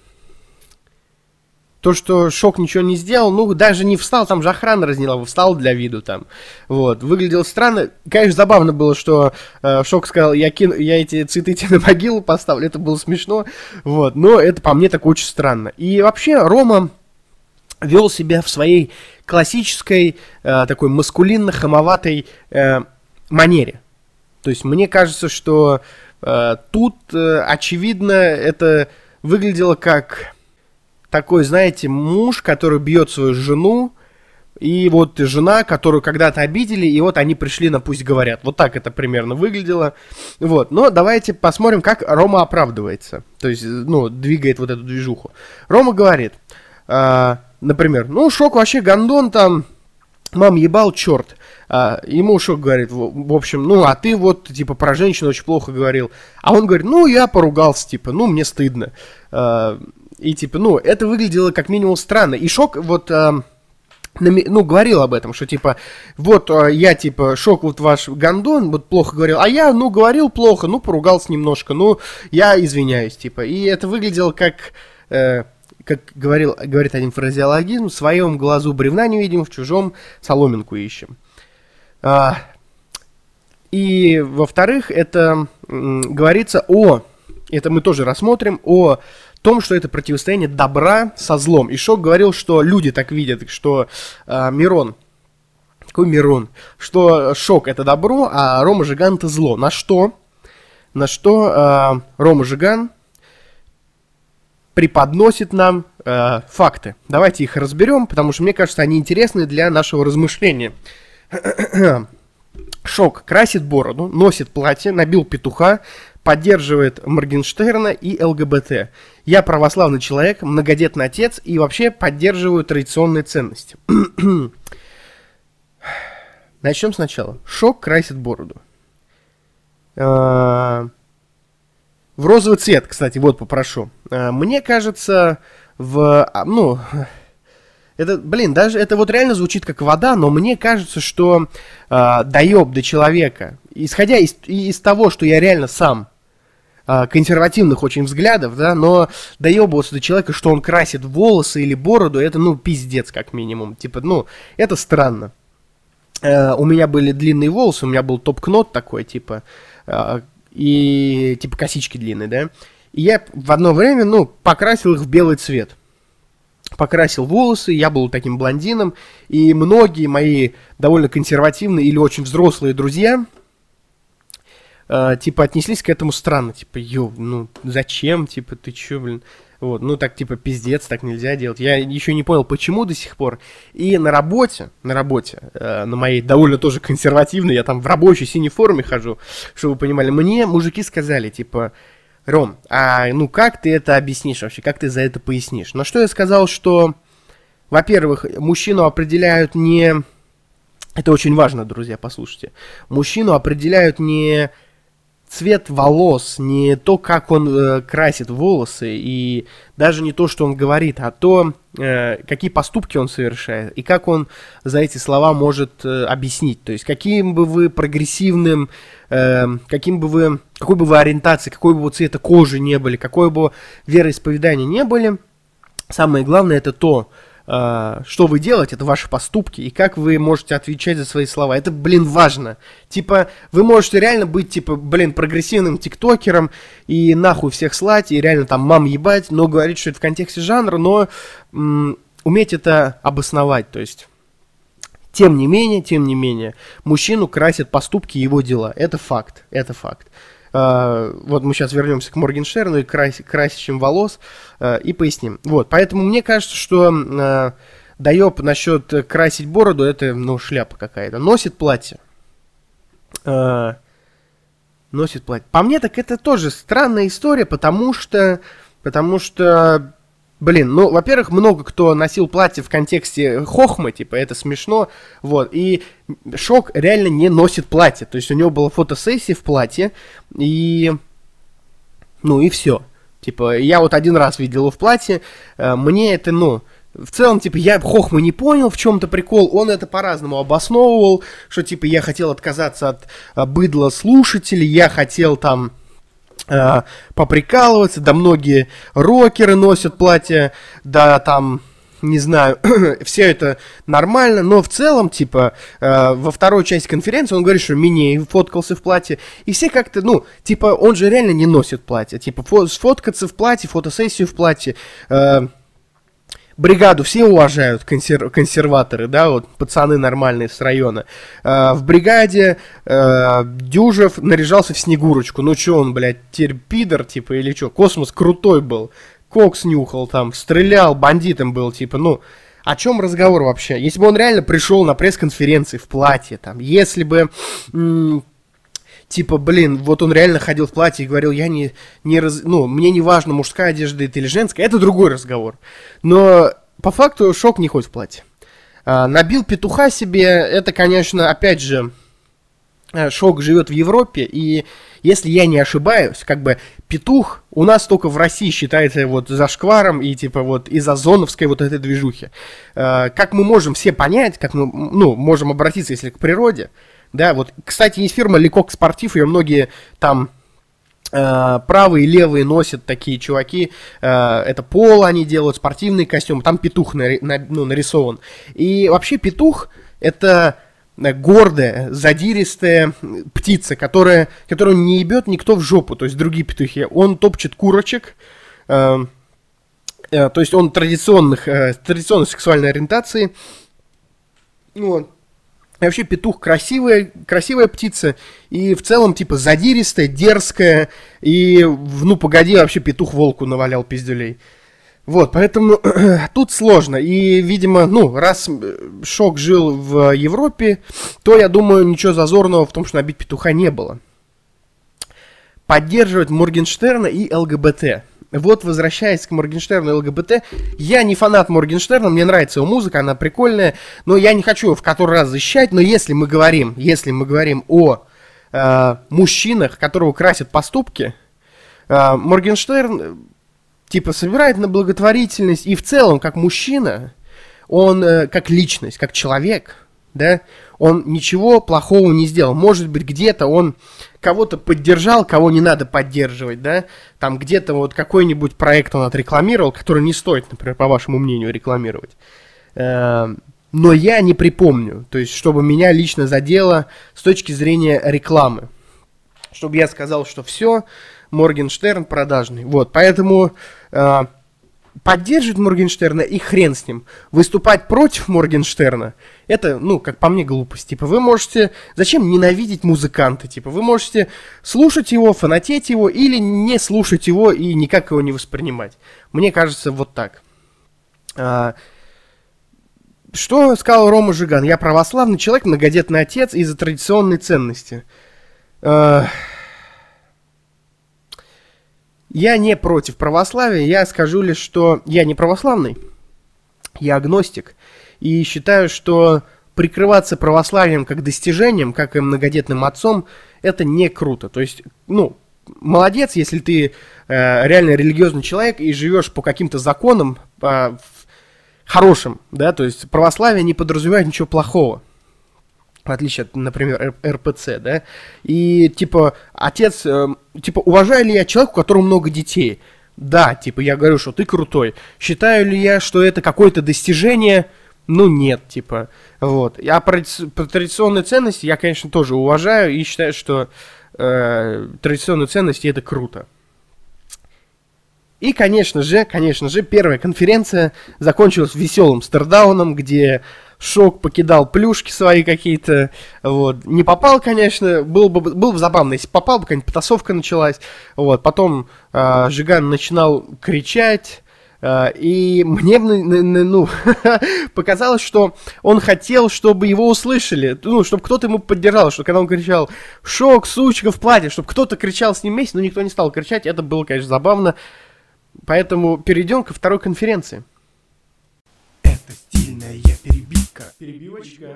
то, что Шок ничего не сделал, ну, даже не встал, там же охрана разняла, встал для виду там. Вот, выглядело странно. Конечно, забавно было, что э, Шок сказал, я, кину, я эти цветы тебе на могилу поставлю, это было смешно. Вот, но это по мне так очень странно. И вообще Рома вел себя в своей классической, э, такой маскулинно-хамоватой э, манере. То есть мне кажется, что э, тут, э, очевидно, это выглядело как такой, знаете, муж, который бьет свою жену, и вот жена, которую когда-то обидели, и вот они пришли на «Пусть говорят». Вот так это примерно выглядело. Вот. Но давайте посмотрим, как Рома оправдывается. То есть, ну, двигает вот эту движуху. Рома говорит, э, например, ну, Шок вообще гандон там, мам ебал, черт. А, ему Шок говорит, в, в общем, ну, а ты вот, типа, про женщину очень плохо говорил. А он говорит, ну, я поругался, типа, ну, мне стыдно. А, и, типа, ну, это выглядело как минимум странно. И Шок вот, а, нами, ну, говорил об этом, что, типа, вот а, я, типа, Шок, вот ваш гандон, вот плохо говорил. А я, ну, говорил плохо, ну, поругался немножко, ну, я извиняюсь, типа. И это выглядело как... Э, как говорил, говорит один фразеологизм, в своем глазу бревна не видим, в чужом соломинку ищем. А, и, во-вторых, это м, говорится о, это мы тоже рассмотрим, о том, что это противостояние добра со злом. И Шок говорил, что люди так видят, что а, Мирон, какой Мирон, что Шок это добро, а Рома Жиган это зло. На что? На что а, Рома Жиган преподносит нам э, факты. Давайте их разберем, потому что мне кажется, они интересны для нашего размышления. Шок красит бороду, носит платье, набил петуха, поддерживает Моргенштерна и ЛГБТ. Я православный человек, многодетный отец и вообще поддерживаю традиционные ценности. Начнем сначала. Шок красит бороду. Э-э- В розовый цвет, кстати, вот попрошу. Мне кажется, в... Ну, это, блин, даже это вот реально звучит как вода, но мне кажется, что э, доеб до человека, исходя из, из того, что я реально сам э, консервативных очень взглядов, да, но доебываться до человека, что он красит волосы или бороду, это, ну, пиздец как минимум. Типа, ну, это странно. Э, у меня были длинные волосы, у меня был топ-кнот такой, типа... Э, и типа косички длинные, да. И я в одно время, ну, покрасил их в белый цвет. Покрасил волосы, я был таким блондином. И многие мои довольно консервативные или очень взрослые друзья, э, типа, отнеслись к этому странно. Типа, ё, ну, зачем? Типа, ты чё, блин? Вот, ну, так, типа, пиздец, так нельзя делать. Я еще не понял, почему до сих пор. И на работе, на работе, э, на моей довольно тоже консервативной, я там в рабочей синей форме хожу, чтобы вы понимали, мне мужики сказали, типа, Ром, а ну как ты это объяснишь вообще, как ты за это пояснишь? На что я сказал, что, во-первых, мужчину определяют не... Это очень важно, друзья, послушайте. Мужчину определяют не... цвет волос, не то, как он э, красит волосы, и даже не то, что он говорит, а то, э, какие поступки он совершает, и как он за эти слова может э, объяснить. То есть, каким бы вы прогрессивным, э, каким бы вы, какой бы вы ориентации, какой бы вы цвета кожи не были, какое бы вероисповедание не были, самое главное это то, что вы делаете, это ваши поступки, и как вы можете отвечать за свои слова. Это, блин, важно. Типа, вы можете реально быть, типа, блин, прогрессивным тиктокером и нахуй всех слать, и реально там мам ебать, но говорить, что это в контексте жанра, но м- уметь это обосновать, то есть... Тем не менее, тем не менее, мужчину красят поступки его дела. Это факт, это факт. Uh, вот мы сейчас вернемся к Моргенштерну и крас- красящим волос uh, и поясним. Вот, поэтому мне кажется, что uh, доеб насчет красить бороду, это, ну, шляпа какая-то. Носит платье. Uh, носит платье. По мне, так это тоже странная история, потому что, потому что, блин, ну, во-первых, много кто носил платье в контексте хохмы, типа, это смешно, вот, и Шок реально не носит платье, то есть у него была фотосессия в платье, и, ну, и все, типа, я вот один раз видел его в платье, мне это, ну, в целом, типа, я Хохма не понял, в чем-то прикол, он это по-разному обосновывал, что, типа, я хотел отказаться от а, быдла слушателей, я хотел там а, поприкалываться, да многие рокеры носят платья, да там, не знаю, все это нормально, но в целом, типа, а, во второй части конференции он говорит, что Миней фоткался в платье, и все как-то, ну, типа, он же реально не носит платье, типа, фо- сфоткаться в платье, фотосессию в платье, а, Бригаду все уважают, консер... консерваторы, да, вот пацаны нормальные с района. Э, в бригаде э, Дюжев наряжался в Снегурочку. Ну чё он, блядь, теперь пидор, типа, или чё? Космос крутой был. Кокс нюхал там, стрелял, бандитом был, типа, ну... О чем разговор вообще? Если бы он реально пришел на пресс-конференции в платье, там, если бы... М- Типа, блин, вот он реально ходил в платье и говорил, я не, не раз... ну, мне не важно, мужская одежда это или женская, это другой разговор. Но по факту Шок не ходит в платье. А, набил петуха себе, это, конечно, опять же, Шок живет в Европе, и если я не ошибаюсь, как бы петух у нас только в России считается вот зашкваром и типа вот из-за зоновской вот этой движухи. А, как мы можем все понять, как мы, ну, можем обратиться, если к природе. Да, вот, кстати, есть фирма Лекок Спортив, ее многие там э, правые и левые носят такие чуваки, э, это поло они делают, спортивные костюмы, там петух нари, на, ну, нарисован. И вообще петух это гордая, задиристая птица, которая, которую не ебет никто в жопу, то есть другие петухи. Он топчет курочек, э, э, то есть он традиционных, э, традиционной сексуальной ориентации, вот. И вообще петух красивая, красивая птица, и в целом, типа, задиристая, дерзкая, и, ну, погоди, вообще петух волку навалял пиздюлей. Вот, поэтому тут сложно, и, видимо, ну, раз Шок жил в Европе, то, я думаю, ничего зазорного в том, что набить петуха не было. Поддерживать Моргенштерна и ЛГБТ. Вот, возвращаясь к Моргенштерну и ЛГБТ, я не фанат Моргенштерна, мне нравится его музыка, она прикольная, но я не хочу его в который раз защищать, но если мы говорим, если мы говорим о э, мужчинах, которого красят поступки, э, Моргенштерн, типа, собирает на благотворительность, и в целом, как мужчина, он, э, как личность, как человек, да, он ничего плохого не сделал. Может быть, где-то он кого-то поддержал, кого не надо поддерживать, да, там где-то вот какой-нибудь проект он отрекламировал, который не стоит, например, по вашему мнению, рекламировать. Но я не припомню, то есть, чтобы меня лично задело с точки зрения рекламы. Чтобы я сказал, что все, Моргенштерн продажный. Вот, поэтому... Поддерживать Моргенштерна и хрен с ним. Выступать против Моргенштерна, это, ну, как по мне, глупость. Типа, вы можете... Зачем ненавидеть музыканта? Типа, вы можете слушать его, фанатеть его, или не слушать его и никак его не воспринимать. Мне кажется, вот так. А... Что сказал Рома Жиган? Я православный человек, многодетный отец из-за традиционной ценности. А... Я не против православия, я скажу лишь, что я не православный, я агностик, и считаю, что прикрываться православием как достижением, как и многодетным отцом, это не круто. То есть, ну, молодец, если ты э, реально религиозный человек и живешь по каким-то законам э, хорошим, да, то есть православие не подразумевает ничего плохого. В отличие от, например, эр пэ цэ, да, и, типа, отец, э, типа, уважаю ли я человека, у которого много детей? Да, типа, я говорю, что ты крутой. Считаю ли я, что это какое-то достижение? Ну, нет, типа, вот. А про, про традиционные ценности я, конечно, тоже уважаю и считаю, что э, традиционные ценности это круто. И, конечно же, конечно же, первая конференция закончилась веселым стардауном, где Шок покидал плюшки свои какие-то, вот, не попал, конечно, было бы, было бы забавно, если попал бы, какая-нибудь потасовка началась, вот, потом э, Жиган начинал кричать, э, и мне, ну, показалось, что он хотел, чтобы его услышали, ну, чтобы кто-то ему поддержал, что когда он кричал «Шок, сучка в платье», чтобы кто-то кричал с ним вместе, но никто не стал кричать, это было, конечно, забавно, поэтому перейдем ко второй конференции. Это стильная перебивка. Перебивочка.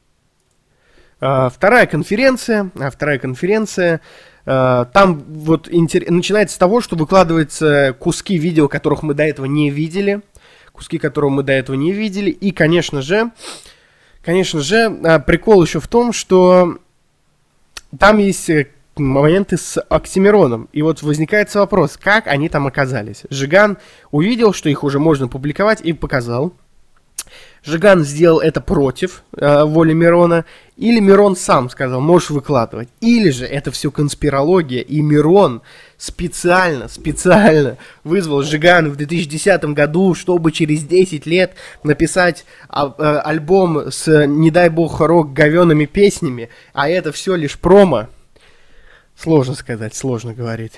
А, вторая конференция, а, вторая конференция, а, там вот интер... начинается с того, что выкладываются куски видео, которых мы до этого не видели, куски которого мы до этого не видели. И, конечно же, конечно же, прикол еще в том, что там есть моменты с Оксимироном. И вот возникает вопрос, как они там оказались. Жиган увидел, что их уже можно публиковать, и показал. Жиган сделал это против э, воли Мирона, или Мирон сам сказал, можешь выкладывать. Или же это все конспирология, и Мирон специально, специально вызвал Жигана в две тысячи десятом году, чтобы через десять лет написать а, а, альбом с, не дай бог, рок-говёными песнями, а это все лишь промо. Сложно сказать, сложно говорить.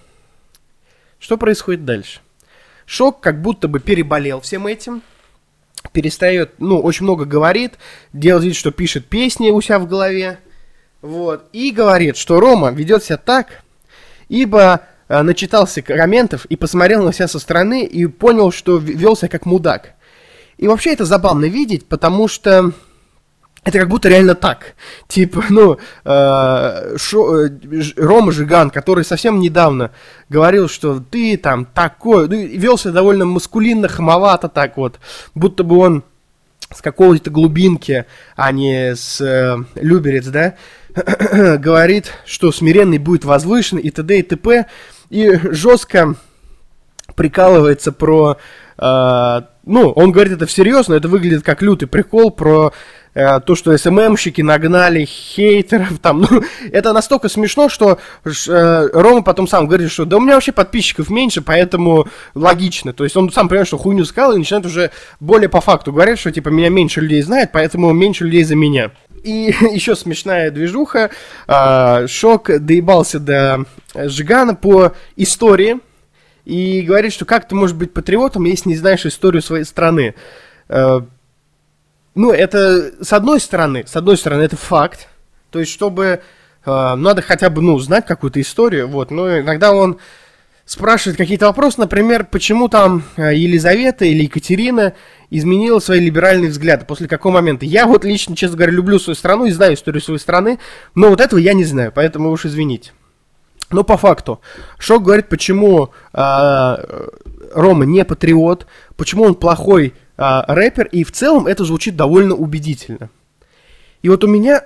Что происходит дальше? Шок как будто бы переболел всем этим. Перестает, ну, очень много говорит, делает вид, что пишет песни у себя в голове, вот, и говорит, что Рома ведет себя так, ибо э, начитался комментов и посмотрел на себя со стороны и понял, что вел себя как мудак. И вообще это забавно видеть, потому что это как будто реально так. Типа, ну, э, шо, э, Рома Жиган, который совсем недавно говорил, что ты там такой, ну, велся довольно маскулинно, хамовато так вот, будто бы он с какой-то глубинки, а не с э, Люберец, да, говорит, что смиренный будет возвышен и т.д. и т.п. И жестко прикалывается про... Э, ну, он говорит это всерьез, но это выглядит как лютый прикол про... то, что эс эм эм-щики нагнали хейтеров, там, ну, это настолько смешно, что э, Рома потом сам говорит, что да у меня вообще подписчиков меньше, поэтому логично, то есть он сам понимает, что хуйню сказал, и начинает уже более по факту говорить, что, типа, меня меньше людей знает, поэтому меньше людей за меня. И еще смешная движуха, э, Шок доебался до Жигана по истории, и говорит, что как ты можешь быть патриотом, если не знаешь историю своей страны. э, Ну, это, с одной стороны, с одной стороны, это факт. То есть, чтобы, э, надо хотя бы, ну, знать какую-то историю, вот. Но иногда он спрашивает какие-то вопросы, например, почему там Елизавета или Екатерина изменила свои либеральные взгляды, после какого момента. Я вот лично, честно говоря, люблю свою страну и знаю историю своей страны, но вот этого я не знаю, поэтому уж извините. Но по факту, Шок говорит, почему э, Рома не патриот, почему он плохой Uh, рэпер, и в целом это звучит довольно убедительно. И вот у меня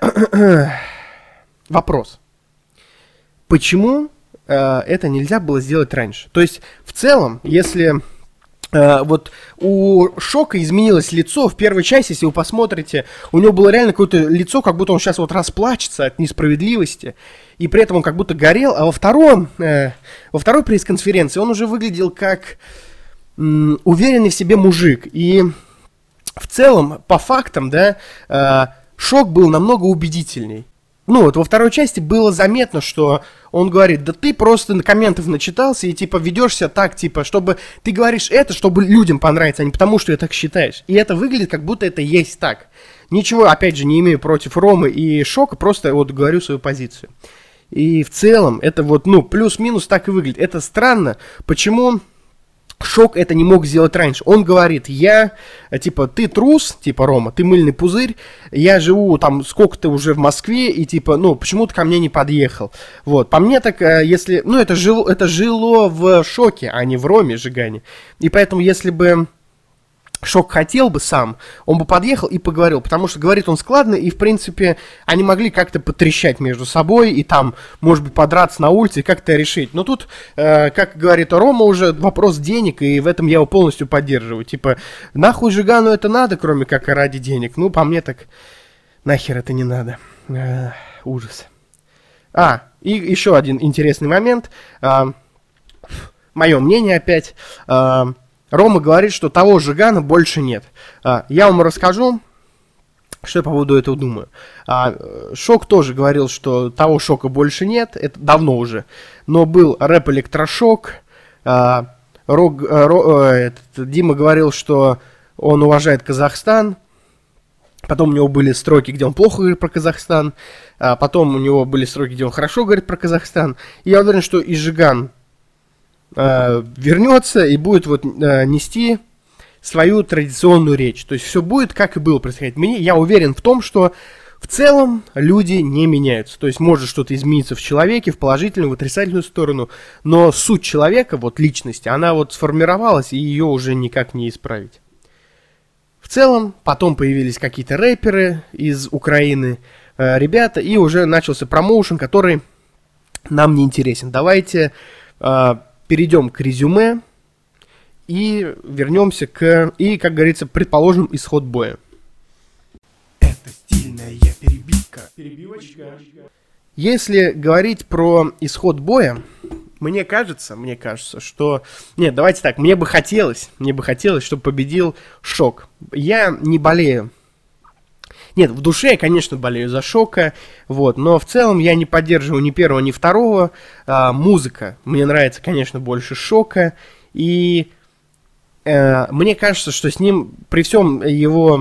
вопрос. Почему uh, это нельзя было сделать раньше? То есть, в целом, если uh, вот у Шока изменилось лицо в первой части, если вы посмотрите, у него было реально какое-то лицо, как будто он сейчас вот расплачется от несправедливости, и при этом он как будто горел, а во втором, uh, во второй пресс-конференции он уже выглядел как... уверенный в себе мужик. И в целом, по фактам, да, э, Шок был намного убедительней. Ну, вот во второй части было заметно, что он говорит, да ты просто на комментов начитался и, типа, ведешься так, типа, чтобы ты говоришь это, чтобы людям понравится, а не потому, что ты так считаешь. И это выглядит, как будто это есть так. Ничего, опять же, не имею против Ромы и Шока, просто вот говорю свою позицию. И в целом, это вот, ну, плюс-минус так и выглядит. Это странно, почему... Шок это не мог сделать раньше. Он говорит, я, типа, ты трус, типа, Рома, ты мыльный пузырь, я живу там сколько-то уже в Москве, и, типа, ну, почему ты ко мне не подъехал? Вот, по мне так, если, ну, это жило, это жило в Шоке, а не в Роме Жигане. И поэтому, если бы Шок хотел бы сам, он бы подъехал и поговорил, потому что говорит он складно, и, в принципе, они могли как-то потрещать между собой, и там, может быть, подраться на улице и как-то решить. Но тут, э, как говорит Рома, уже вопрос денег, и в этом я его полностью поддерживаю. Типа, нахуй Жигану это надо, кроме как ради денег? Ну, по мне так, нахер это не надо. Э, ужас. А, и еще один интересный момент. Э, мое мнение опять... Э, Рома говорит, что того Жигана больше нет. А, я вам расскажу, что я по поводу этого думаю. А, Шок тоже говорил, что того Шока больше нет, это давно уже. Но был рэп-электрошок. А, Рог, Ро, этот, Дима говорил, что он уважает Казахстан. Потом у него были строки, где он плохо говорит про Казахстан. А потом у него были строки, где он хорошо говорит про Казахстан. И я уверен, что и Жиган вернется и будет вот э, нести свою традиционную речь. То есть все будет, как и было происходить. Мне, я уверен в том, что в целом люди не меняются. То есть может что-то измениться в человеке, в положительную, в отрицательную сторону, но суть человека, вот личности, она вот сформировалась, и ее уже никак не исправить. В целом, потом появились какие-то рэперы из Украины, э, ребята, и уже начался промоушен, который нам не интересен. Давайте э, перейдем к резюме и вернемся к, и, как говорится, предположим исход боя. Это стильная перебивка. Перебивочка. Если говорить про исход боя, мне кажется, мне кажется, что... Нет, давайте так, мне бы хотелось, мне бы хотелось, чтобы победил Шок. Я не болею. Нет, в душе я, конечно, болею за Шока, вот, но в целом я не поддерживаю ни первого, ни второго. А, музыка мне нравится, конечно, больше Шока, и э, мне кажется, что с ним, при всем его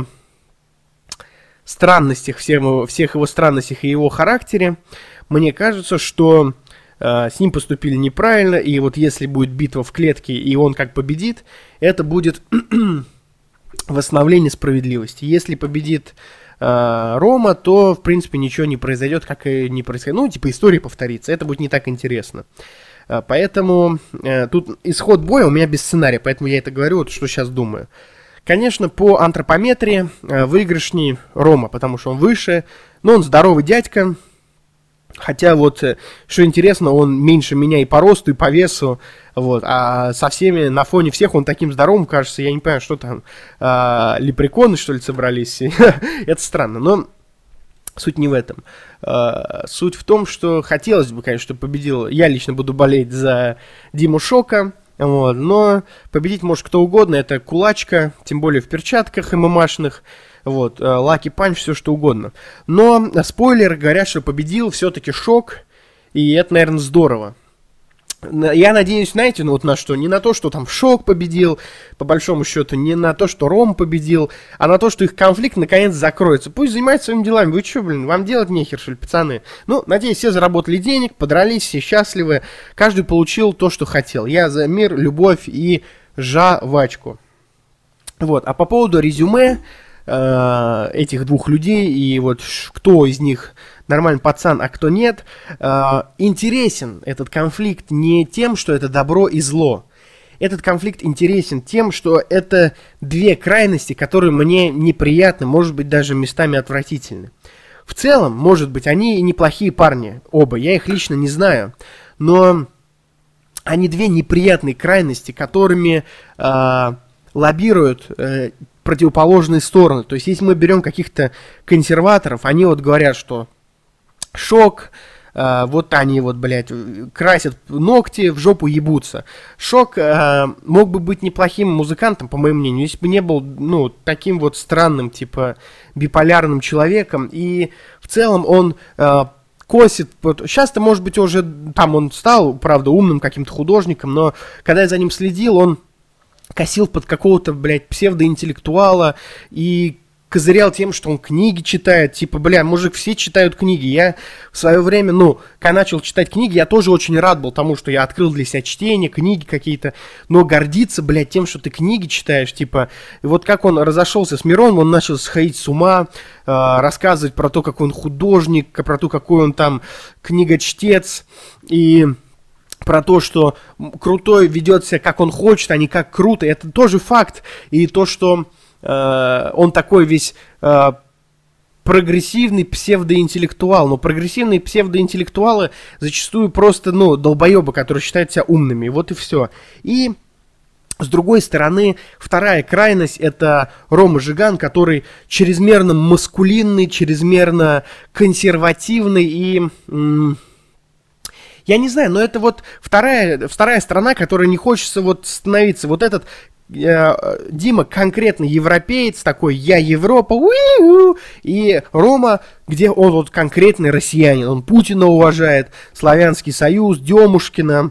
странностях, всем его, всех его странностях и его характере, мне кажется, что э, с ним поступили неправильно, и вот если будет битва в клетке, и он как победит, это будет восстановление справедливости. Если победит э, Рома, то, в принципе, ничего не произойдет, как и не происходило. Ну, типа, история повторится, это будет не так интересно. Э, поэтому э, тут исход боя у меня без сценария, поэтому я это говорю, вот что сейчас думаю. Конечно, по антропометрии э, выигрышней Рома, потому что он выше, но он здоровый дядька. Хотя вот, что интересно, он меньше меня и по росту, и по весу, вот, а со всеми, на фоне всех он таким здоровым кажется, я не понимаю, что там, а, лепреконы, что ли, собрались, это странно, но суть не в этом, а, суть в том, что хотелось бы, конечно, чтобы победил, я лично буду болеть за Диму Шока, вот, но победить может кто угодно, это кулачка, тем более в перчатках эм эм ашных, вот, Лаки Панч, все что угодно. Но спойлеры говорят, что победил все-таки Шок, и это, наверное, здорово. Я надеюсь, знаете, ну вот на что? Не на то, что там Шок победил, по большому счету, не на то, что Ром победил, а на то, что их конфликт наконец закроется. Пусть занимаются своими делами. Вы что, блин, вам делать нехер, что ли, пацаны? Ну, надеюсь, все заработали денег, подрались, все счастливы. Каждый получил то, что хотел. Я за мир, любовь и жвачку. Вот, а по поводу резюме этих двух людей, и вот кто из них нормальный пацан, а кто нет, э, интересен этот конфликт не тем, что это добро и зло. Этот конфликт интересен тем, что это две крайности, которые мне неприятны, может быть, даже местами отвратительны. В целом, может быть, они и неплохие парни, оба, я их лично не знаю, но они две неприятные крайности, которыми э, лоббируют э, противоположные стороны. То есть, если мы берем каких-то консерваторов, они вот говорят, что Шок, э, вот они вот, блядь, красят ногти, в жопу ебутся. Шок э, мог бы быть неплохим музыкантом, по моему мнению, если бы не был, ну, таким вот странным, типа, биполярным человеком. И в целом он э, косит. Вот, сейчас-то, может быть, уже там он стал, правда, умным каким-то художником, но когда я за ним следил, он косил под какого-то, блядь, псевдоинтеллектуала и козырял тем, что он книги читает. Типа, бля, мужик, все читают книги. Я в свое время, ну, когда начал читать книги, я тоже очень рад был тому, что я открыл для себя чтение, книги какие-то. Но гордиться, блядь, тем, что ты книги читаешь, типа... И вот как он разошелся с Мироном, он начал сходить с ума, э, рассказывать про то, какой он художник, про то, какой он там книгочтец. И... про то, что крутой ведет себя, как он хочет, а не как круто. Это тоже факт. И то, что э, он такой весь э, прогрессивный псевдоинтеллектуал. Но прогрессивные псевдоинтеллектуалы зачастую просто, ну, долбоебы, которые считают себя умными. Вот и все. И с другой стороны, вторая крайность — это Рома Жиган, который чрезмерно маскулинный, чрезмерно консервативный и... М- Я не знаю, но это вот вторая, вторая страна, которая не хочется вот становиться. Вот этот э, Дима конкретно европеец, такой «я Европа», уи-у, и Рома, где он вот конкретный россиянин. Он Путина уважает, Славянский Союз, Демушкина.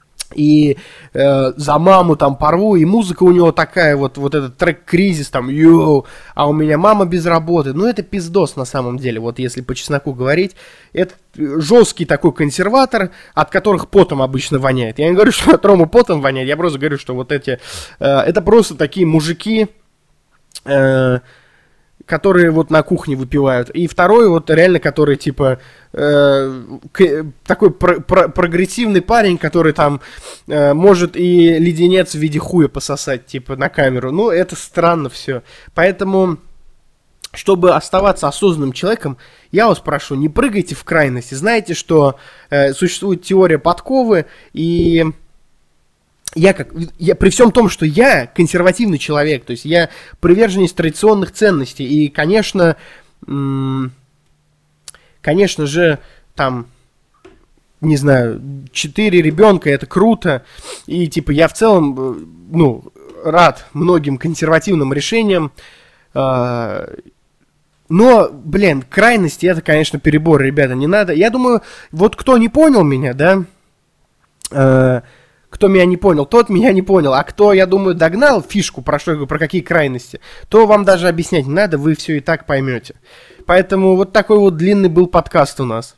И э, за маму там порву, и музыка у него такая, вот, вот этот трек «Кризис», там, йоу, а у меня мама без работы. Ну, это пиздос на самом деле, вот если по чесноку говорить. Это жесткий такой консерватор, от которых потом обычно воняет. Я не говорю, что от Ромы потом воняет, я просто говорю, что вот эти, э, это просто такие мужики, э, которые вот на кухне выпивают. И второй вот реально, который типа э, к, такой про, про, прогрессивный парень, который там э, может и леденец в виде хуя пососать, типа, на камеру. Ну, это странно все. Поэтому, чтобы оставаться осознанным человеком, я вас прошу, не прыгайте в крайности. Знаете, что э, существует теория подковы, и... Я как, я, при всем том, что я консервативный человек, то есть я приверженец традиционных ценностей, и, конечно, м- конечно же, там, не знаю, четыре ребенка, это круто, и, типа, я в целом, ну, рад многим консервативным решениям, э- но, блин, крайности, это, конечно, перебор, ребята, не надо. Я думаю, вот кто не понял меня, да, э- кто меня не понял, тот меня не понял. А кто, я думаю, догнал фишку, про что я говорю, про какие крайности, то вам даже объяснять не надо, вы все и так поймете. Поэтому вот такой вот длинный был подкаст у нас.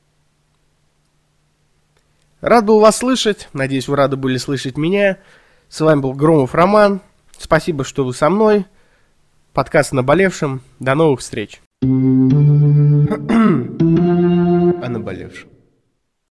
Рад был вас слышать. Надеюсь, вы рады были слышать меня. С вами был Громов Роман. Спасибо, что вы со мной. Подкаст о наболевшем. До новых встреч. О наболевшем.